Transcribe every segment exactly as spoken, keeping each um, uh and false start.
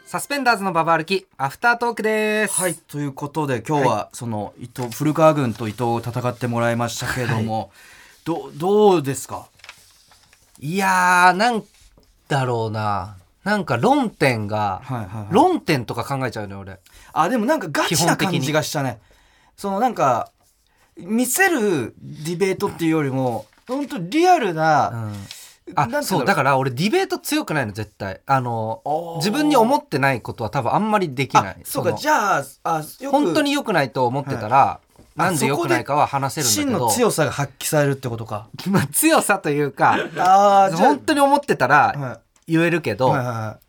サスペンダーズのババ歩きアフタートークです。 はい、ということで今日は、はい、その伊藤古川軍と伊藤を戦ってもらいましたけれども、はい、ど, どうですか？ いやーなんだろうな、なんか論点が、はいはいはい、論点とか考えちゃうね俺。 あでもなんかガチな感じがしたね。そのなんか見せるディベートっていうよりも本当リアルな、 うんあそうだから俺ディベート強くないの絶対。あの自分に思ってないことは多分あんまりできない。 そうかじゃあ、あよく本当に良くないと思ってたら、はい、なんで良くないかは話せるんだけど真の強さが発揮されるってことか。 まあ強さというかあ本当に思ってたら言えるけど、はいはいはい、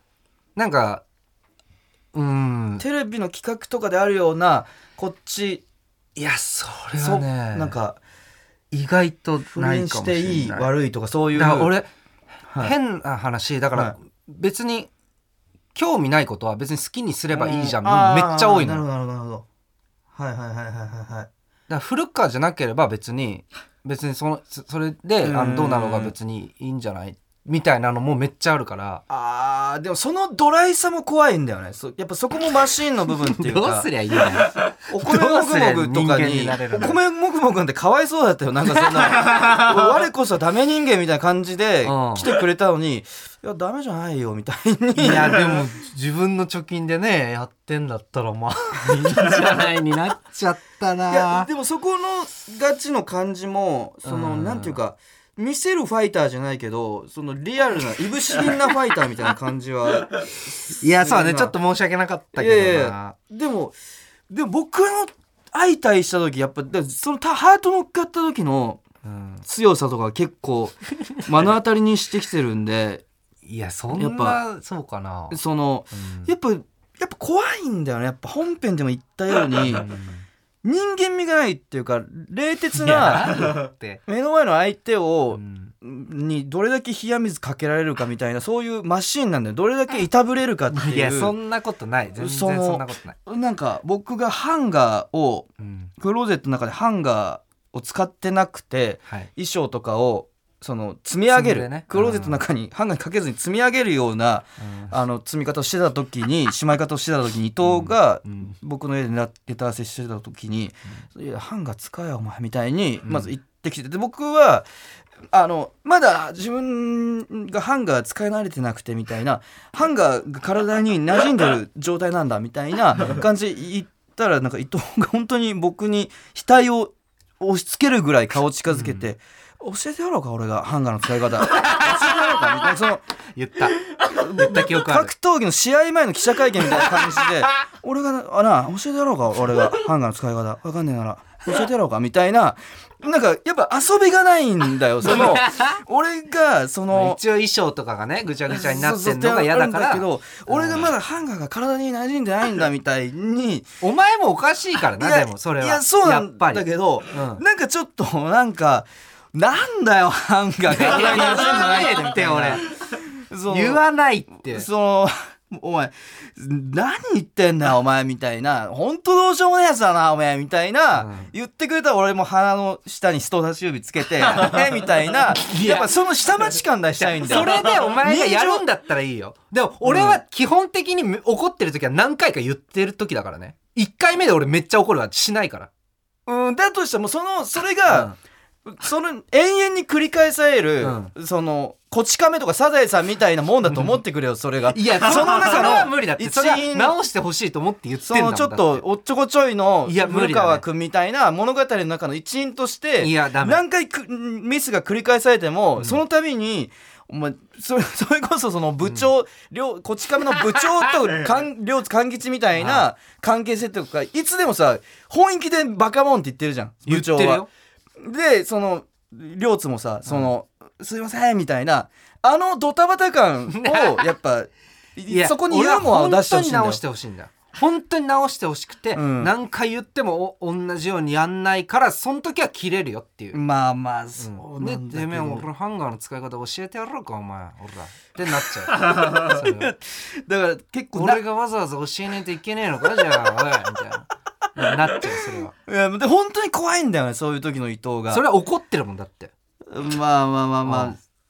なんかうーんテレビの企画とかであるようなこっちいやそれはねなんか意外とないかもしれない。不倫していい悪いとかそういう。 だから俺、はい、変な話だから別に興味ないことは別に好きにすればいいじゃん、うん、めっちゃ多いの。 なるほどなるほど。はいはいはいはいはい。だから古川じゃなければ別に別にそのそれであのどうなのが別にいいんじゃないみたいなのもめっちゃあるから。 あーでもそのドライさも怖いんだよね。そやっぱそこもマシーンの部分っていうかどうすりゃいいんだよお米もぐもぐとかにお米もぐもぐってかわいそうだったよ。なんかそんな我こそはダメ人間みたいな感じで来てくれたのに、うん、いやダメじゃないよみたいに。 いやでも自分の貯金でねやってんだったらまあいいんじゃないになっちゃったな。 いやでもそこのガチの感じもその、うん、なんていうか見せるファイターじゃないけどそのリアルないぶし銀なファイターみたいな感じはいやそうねちょっと申し訳なかったけどな。いやいやでもでも僕の相対した時やっぱそのハート乗っかった時の強さとか結構目の当たりにしてきてるんでいやそんなやっぱそうかなその、うん、やっぱやっぱ怖いんだよね。やっぱ本編でも言ったように人間味がないっていうか冷徹な目の前の相手を、うん、にどれだけ冷や水かけられるかみたいなそういうマシーンなんだよ。どれだけいたぶれるかっていう。 いやそんなことない全然そんなことない。 なんか僕がハンガーを、うん、クローゼットの中でハンガーを使ってなくて、はい、衣装とかをその積み上げる、ね、クローゼットの中にハンガーにかけずに積み上げるような、うん、あの積み方をしてた時にしまい方をしてた時に伊藤が僕の家でネタ合わせしてた時に、うん、いやハンガー使えよお前みたいにまず言ってきて、で僕はあのまだ自分がハンガー使い慣れてなくてみたいなハンガーが体に馴染んでる状態なんだみたいな感じで言ったらなんか伊藤が本当に僕に額を押し付けるぐらい顔近づけて、うん、教えてやろうか俺がハンガーの使い方教えてやろうかみたいなその言った言った記憶ある。 格闘技の試合前の記者会見みたいな感じで俺があな教えてやろうか俺がハンガーの使い方分かんねえなら教えてやろうかみたいななんかやっぱ遊びがないんだよ。その俺がその一応衣装とかがねぐちゃぐちゃになってんのが嫌だからけど俺がまだハンガーが体に馴染んでないんだみたいにお前もおかしいからな。でもそれはいやそうなんだけど、うん、なんかちょっとなんかなんだよハンガー体に馴染んでないって俺言わないってそのお前何言ってんだよお前みたいな本当どうしようもないやつだなお前みたいな、うん、言ってくれたら俺も鼻の下に人差し指つけてえみたいなやっぱその下町感出したいんだよ。 それでお前がやるんだったらいいよ。でも俺は基本的に怒ってる時は何回か言ってる時だからね。いっかいめで俺めっちゃ怒るはしないから。 うんだとしてもそのそれが、うんその延々に繰り返される、うん、そのこち亀とかサザエさんみたいなもんだと思ってくれよそれが。 いやその中のは無理だって。それは直してほしいと思って言ってんだもん。 そのちょっとおっちょこちょいの古川君みたいな物語の中の一員としていやダメ何回ミスが繰り返されても、うん、その度にお前それ、それこそその部長、うん、こち亀の部長と両津勘吉みたいな関係性とかいつでもさ本気でバカモンって言ってるじゃん部長は。言ってるよ。でその両津もさその、うん、すいませんみたいなあのドタバタ感をやっぱそこにユーモアを出してほしいんだよ。 本当に直してほしいんだよ。本当に直してほしくて、うん、何回言っても同じようにやんないからその時は切れるよっていう。 まあまあそうなんだけど、うん、でてめえ俺ハンガーの使い方教えてやろうかお前ほらってなっちゃうそれだから結構俺がわざわざ教えねえといけねえのかじゃあおいみたいななっちゃうそれは。 いやで本当に怖いんだよねそういう時の伊藤が。 それは怒ってるもんだって。 まあまあまあまあ、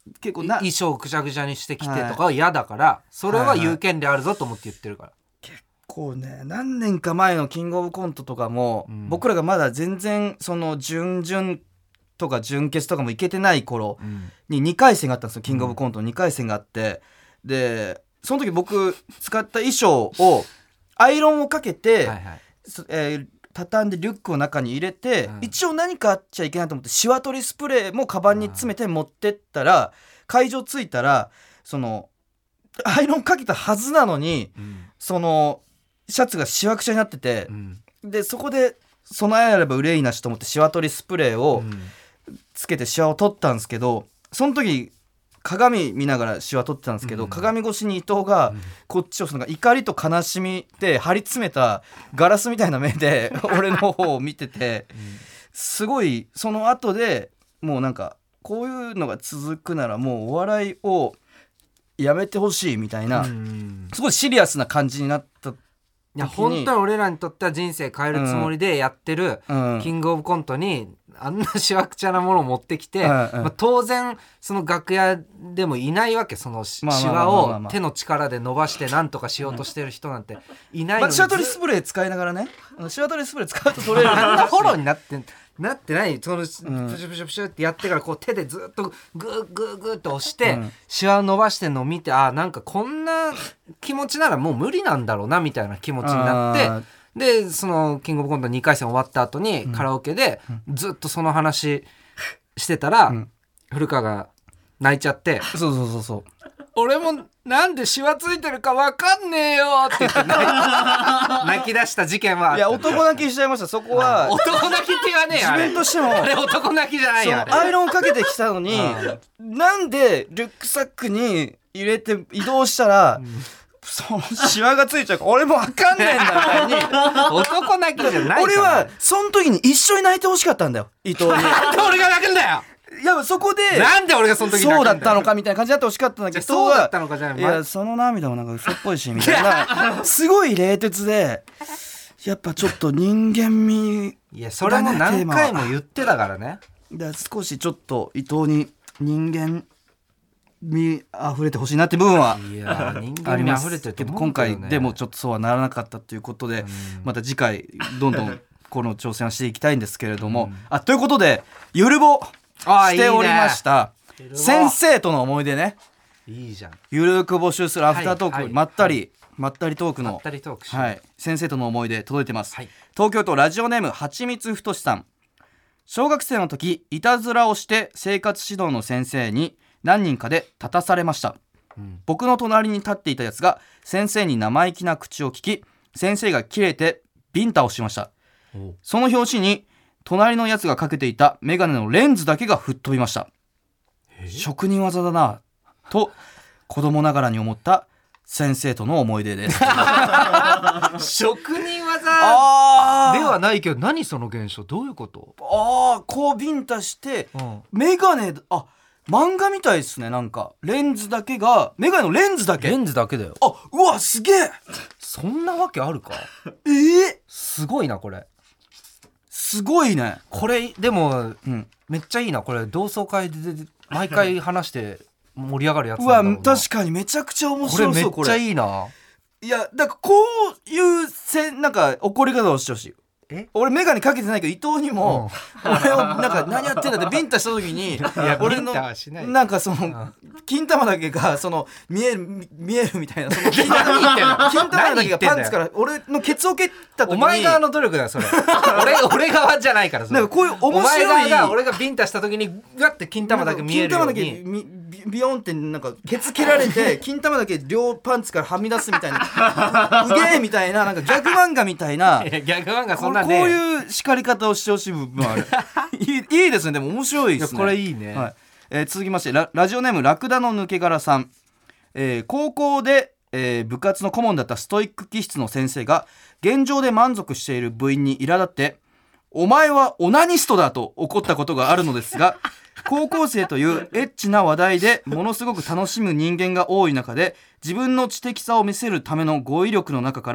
結構な衣装をくしゃくしゃにしてきてとかは嫌だから、はい、それは言う権利あるぞと思って言ってるから、 はいはい、結構ね何年か前のキングオブコントとかも、うん、僕らがまだ全然その準々とか準決とかもいけてない頃ににかい戦があったんですよ、キングオブコントにかい戦があって、でその時僕使った衣装をアイロンをかけて、はいはい、えー、畳んでリュックを中に入れて、うん、一応何かあっちゃいけないと思ってシワ取りスプレーもカバンに詰めて持ってったら、会場着いたらそのアイロンかけたはずなのに、うん、そのシャツがシワくしゃになってて、うん、でそこで備えあれば憂いなしと思ってシワ取りスプレーをつけてシワを取ったんですけど、その時鏡見ながらシワ取ってたんですけど、うん、鏡越しに伊藤がこっちをその怒りと悲しみで張り詰めたガラスみたいな目で俺の方を見てて、すごいその後でもうなんかこういうのが続くならもうお笑いをやめてほしいみたいな、すごいシリアスな感じになった時に、 いや本当に俺らにとっては人生変えるつもりでやってるキングオブコントにあんなしわくちゃなものを持ってきて、うんうん、まあ、当然その楽屋でもいないわけ、そのしわを手の力で伸ばして何とかしようとしてる人なんていないのに、まあ、 シワ取りスプレー使いながらね、シワ取りスプレー使うと取れるあんなフォローになってなってないそのプシュプシュプシュってやってからこう手でずっとグーグーグーって押してシワを伸ばしてるのを見て、あ、なんかこんな気持ちならもう無理なんだろうなみたいな気持ちになって、でそのキングオブコントにかい戦終わった後にカラオケでずっとその話してたら、うん、古川が泣いちゃって、 そうそうそうそう、 俺もなんでシワついてるか分かんねえよって言って泣き出した事件はあった。 いや男泣きしちゃいました。そこは男泣きって言わねえよ、 自分としてもあれ男泣きじゃないよ、あれアイロンかけてきたのになんでリュックサックに入れて移動したら、うん、そのシワがついちゃうから俺も分かんねえんだみたいに男泣きじゃないから俺はその時に一緒に泣いてほしかったんだよ、伊藤に。 なんで俺が泣くんだよ。 いやそこでなんで俺がその時にそうだったのかみたいな感じになってほしかったんだけど、 そうだったのかじゃない、 いやその涙もなんか嘘っぽいしみたいなすごい冷徹で、やっぱちょっと人間味、 いやそれも何回も言ってたからね。 だ少しちょっと伊藤に人間味溢れてほしいなって部分はありますけど、今回でもちょっとそうはならなかったということで、また次回どんどんこの挑戦をしていきたいんですけれども、あということでゆるぼしておりましたいい、ね、先生との思い出ね、 いいじゃん、 ゆるく募集するアフタートーク、はいはい、まったり、はい、まったりトークのまったりトーク、 はい、先生との思い出届いてます、はい、東京都ラジオネームはちみつふとしさん。小学生の時いたずらをして生活指導の先生に何人かで立たされました、うん、僕の隣に立っていたやつが先生に生意気な口を聞き、先生がキレてビンタをしました。その拍子に隣のやつがかけていたメガネのレンズだけが吹っ飛びました。職人技だなと子供ながらに思った先生との思い出です。 職人技ではないけど、何その現象、どういうこと？ ああ、こうビンタして、うん、メガネ、あ、漫画みたいですね。なんかレンズだけが、メガネのレンズだけレンズだけだよ。 あ、うわすげえ。 そんなわけあるか。 えー、 すごいなこれ。 すごいねこれ。でも、うん、めっちゃいいなこれ。同窓会で毎回話して盛り上がるやつなんだろうな。 うわ確かにめちゃくちゃ面白そう。 これめっちゃいいな。 いやだからこういうせなんか怒り方をしてほしい。え俺メガネかけてないけど伊藤にも、うん、俺をなんか何やってんだってビンタした時に俺のなんかその金玉だけがその見える見えるみたいな、その金玉だけがパンツから俺のケツを蹴った時に、 お前側の努力だよそれ。俺俺側じゃないから。それなんかこういう面白い、お前側が俺がビンタした時にガッて金玉だけ見えるように、 金玉だけビビヨンってなんかケツ蹴られて金玉だけ両パンツからはみ出すみたいなうげえみたいな、なんかギャグ漫画みたいな。 いやギャグ漫画そんなこういう叱り方をしてほしい部分はある。い, い, いいですね。でも面白いですね。 いやこれいいね、 はい。えー、続きまして ラ, ラジオネームラクダの抜け殻さん、えー、高校で、えー、部活の顧問だったストイック気質の先生が現状で満足している部員に苛立ってお前はオナニストだと怒ったことがあるのですが、高校生というエッチな話題でものすごく楽しむ人間が多い中で自分の知的さを見せるための語彙力の中から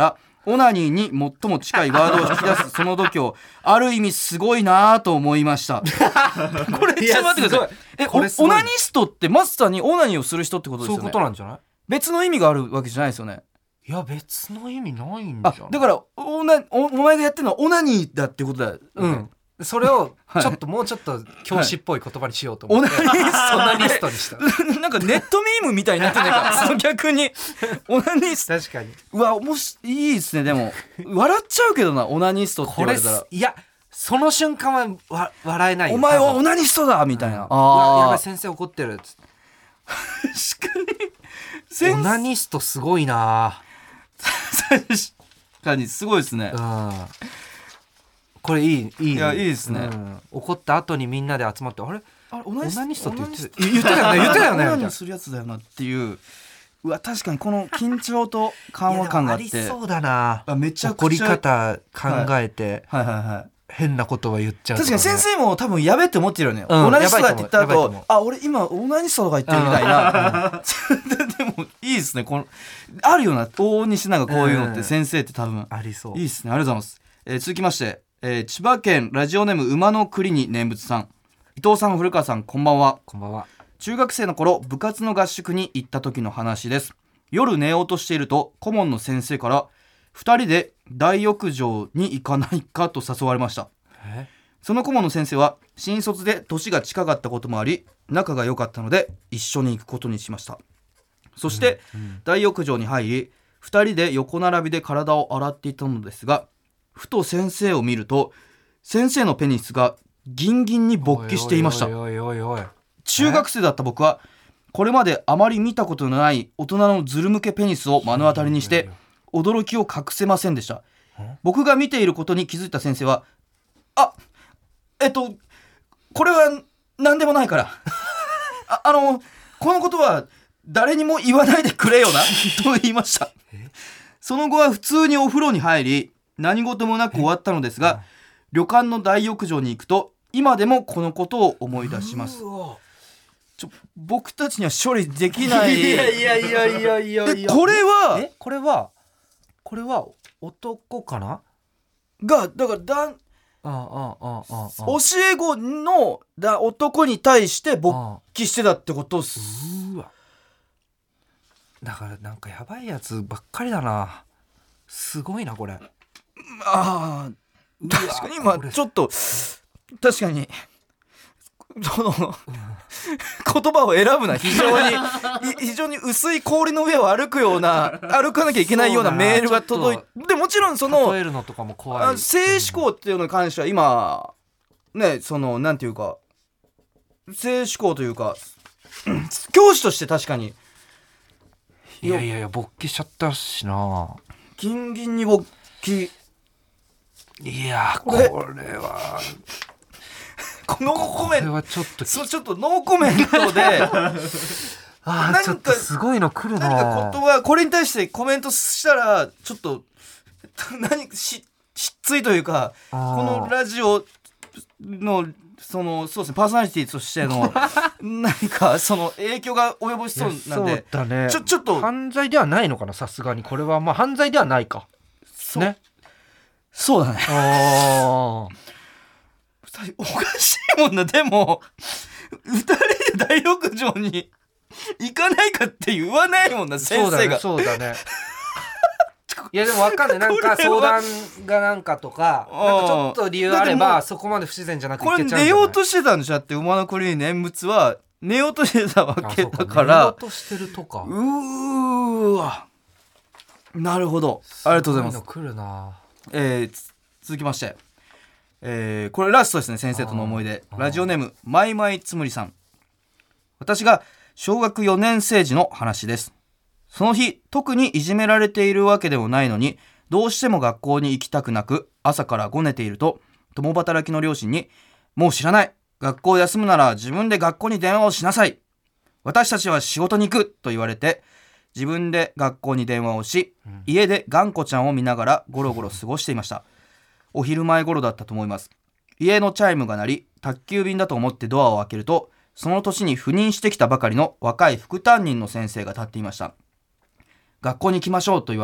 オナニーに最も近いワードを引き出すその度胸、ある意味すごいなと思いました。これちょっと待ってください。え、オナニストってまさにオナニーをする人ってことですよね。 そういうことなんじゃない？ 別の意味があるわけじゃないですよね。 いや別の意味ないんじゃない？ あ、だからおな お, お前がやってるのはオナニーだってことだ、ね、 うん。それをちょっともうちょっと教師っぽい言葉にしようと思って、はい、オナニストにしたなんかネットミームみたいになってないかその逆にオナニスト、 確かに。 うわもしいいですね。でも笑っちゃうけどな、オナニストって言われたら。 これいやその瞬間はわ笑えないよ。 お前はオナニストだみたいな、うん、 あやばい先生怒ってるっつって確かにオナニストすごいな確かにすごいですね、 うん、これいいいい、 いやいいですね、 うん、怒った後にみんなで集まってあれあれオナニストって言って言ってたよね言ってたよねオナニーするやつだよなっていう。うわ確かにこの緊張と緩和感があってありそうだな。 あめちゃくちゃ怒り方考えて、 はい、はいはいはい変なことは言っちゃう、ね、 確かに先生も多分やべって思ってるよね、うん、オナニストだって言った後あ俺今オナニストとか言ってるみたいな、うん、でもいいですねこのあるような往々にしながらこういうのって先生って多分、うん、 ありそう。 いいですね。ありがとうございます、えー、続きまして、えー、千葉県ラジオネーム馬の栗に念仏さん、伊藤さん古川さんこんばんは。 こんばんは。 中学生の頃部活の合宿に行った時の話です。夜寝ようとしていると顧問の先生からふたりで大浴場に行かないかと誘われました。 えその顧問の先生は新卒で年が近かったこともあり仲が良かったので一緒に行くことにしました。そして、うんうん、大浴場に入りふたりで横並びで体を洗っていたのですが、ふと先生を見ると先生のペニスがギンギンに勃起していました。中学生だった僕はこれまであまり見たことのない大人のズル向けペニスを目の当たりにして驚きを隠せませんでした。僕が見ていることに気づいた先生はあえっとこれは何でもないからあ, あのこのことは誰にも言わないでくれよなと言いました。その後は普通にお風呂に入り何事もなく終わったのですが、旅館の大浴場に行くと今でもこのことを思い出します。ちょ僕たちには処理できないいやいやいやいやいやいやこれはえこれはこれは男かながだからだんああああああ教え子のだ男に対して勃起してたってことっす。 うわだからなんかやばいやつばっかりだな。すごいなこれ。 ああ確かに今ちょっと確かにその言葉を選ぶな非常に非常に薄い氷の上を歩くような歩かなきゃいけないようなメールが届いて、でもちろんその例えるのとかも怖い。 性思考っていうのに関しては今ねそのなんていうか性思考というか教師として確かにいやいやいや勃起しちゃったしな。 ギンギンに勃起いやこれはこのコメントこれはちょっとそうちょっとノーコメントであちょっとすごいの来るな。 何かことはこれに対してコメントしたらちょっと何し失墜というかこのラジオのそのそうですねパーソナリティとしての何かその影響が及ぼしそうなんでそうだね。 ちょちょっと犯罪ではないのかなさすがにこれはまあ犯罪ではないかそうね。 そうだね。あおかしいもんな。でもふたりで大浴場に行かないかって言わないもんな先生が。 そうだねそうだねいやでも分かんないなんか相談がなんかとかなんかちょっと理由あればそこまで不自然じゃなくいけちゃうんじゃない。 これ寝ようとしてたんでしょ。だって馬の栗に念仏は寝ようとしてたわけだから寝ようとしてるとか。 うーわなるほどありがとうございます。 すごいの来るな。 えー、続きまして、えー、これラストですね。先生との思い出。ラジオネームマイマイつむりさん。私が小学よねん生時の話です。その日特にいじめられているわけでもないのにどうしても学校に行きたくなく朝からごねていると共働きの両親にもう知らない学校休むなら自分で学校に電話をしなさい私たちは仕事に行くと言われて自分で学校に電話をし、うん、家で頑固ちゃんを見ながらゴロゴロ過ごしていました。お昼前頃だったと思います。家のチャイムが鳴り宅急便だと思ってドアを開けるとその年に赴任してきたばかりの若い副担任の先生が立っていました。学校に行きましょうと言われ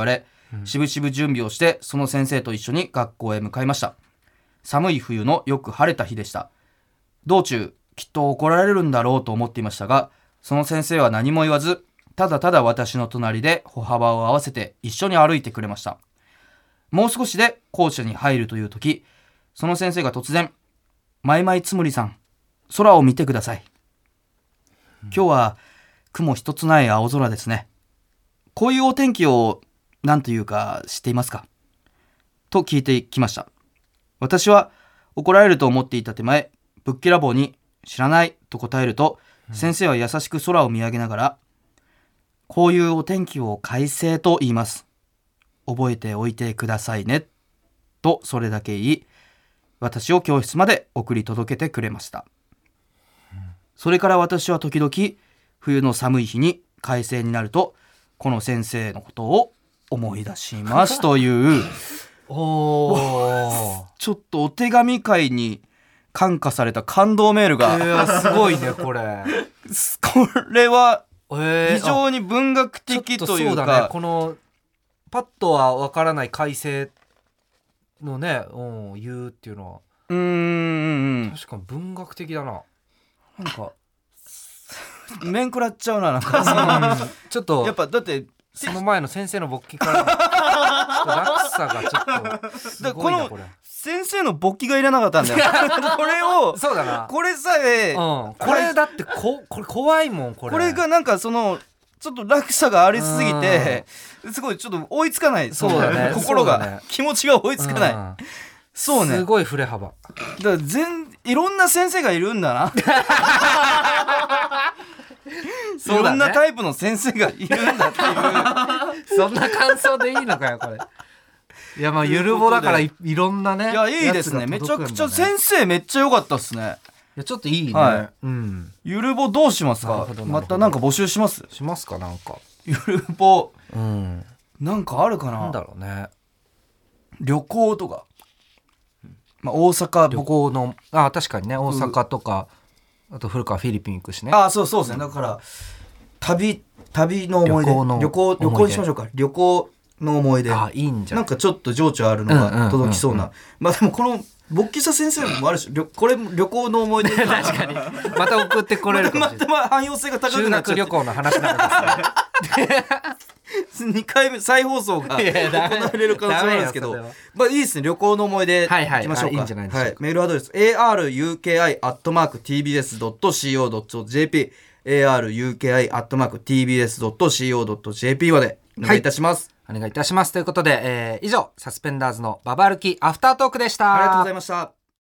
しぶしぶ準備をしてその先生と一緒に学校へ向かいました。寒い冬のよく晴れた日でした。道中きっと怒られるんだろうと思っていましたが、その先生は何も言わず、ただただ私の隣で歩幅を合わせて一緒に歩いてくれました。もう少しで校舎に入るという時、その先生が突然、まいまいつむりさん、空を見てください。今日は雲一つない青空ですね。こういうお天気を何というか知っていますか？と聞いてきました。私は怒られると思っていた手前、ぶっきらぼうに知らないと答えると、うん、先生は優しく空を見上げながら、こういうお天気を快晴と言います。覚えておいてくださいね。とそれだけ言い、私を教室まで送り届けてくれました。うん、それから私は時々冬の寒い日に快晴になると、この先生のことを思い出しますというおちょっとお手紙会に感化された感動メールが、 いやすごいねこれこれは非常に文学的というか、そうだね、 このパッとはわからない快晴のね、うん、言うっていうのはうーん確かに文学的だな。 なんか面食らっちゃうな、なんかちょっとやっぱだってその前の先生の勃起からの落差がちょっとすごいな。これ先生の勃起がいらなかったんだよこれをそうだな、 これさえ、 うん、これだってここれ怖いもん。これこれがなんかそのちょっと落差がありすぎて、すごいちょっと追いつかない。 そうだね、 心が、 ね、 気持ちが追いつかない、うん、そうね、 すごい振れ幅だから全いろんな先生がいるんだなそうだね、いろんなタイプの先生がいるんだっていうそんな感想でいいのかよこれ。いやまあゆるぼだから い, いろんなね。 いやいいですね、めちゃくちゃ先生めっちゃ良かったっすね。 いやちょっといいね、 はい、 うん、 ゆるぼどうしますか？またなんか募集しますしますか？なんかゆるぼ、 うん、 なんかあるかな。 なんだろうね、 旅行とか、まあ、大阪旅行のあ確かにね大阪とか、あと古川フィリピン行くしね。 あそうそうですね、だから旅旅の思い出、旅行旅行旅行にしましょうか。旅行の思い出、 あいいんじゃん。 なんかちょっと情緒あるのが届きそうな、まあでもこの勃起した先生もあるし、これ旅行の思い出確かにまた送ってこれるかもしれない。 またまた汎用性が高くなっちゃって、 修学旅行の話なんですねにかいめ再放送が行われる可能性あるんですけど、まあいいですね、旅行の思い出いきましょうか。はいはい、いいんじゃないでしょうか。はい、メールアドレス エーアールユーケーアイアットマークティービーエスドットシーオードットジェーピー エーアールユーケーアイアットマークティービーエスドットシーオードットジェーピー までお願いいたします。 はい、お願いいたします。ということで、えー、以上サスペンダーズのババ歩きアフタートークでした。 ありがとうございました。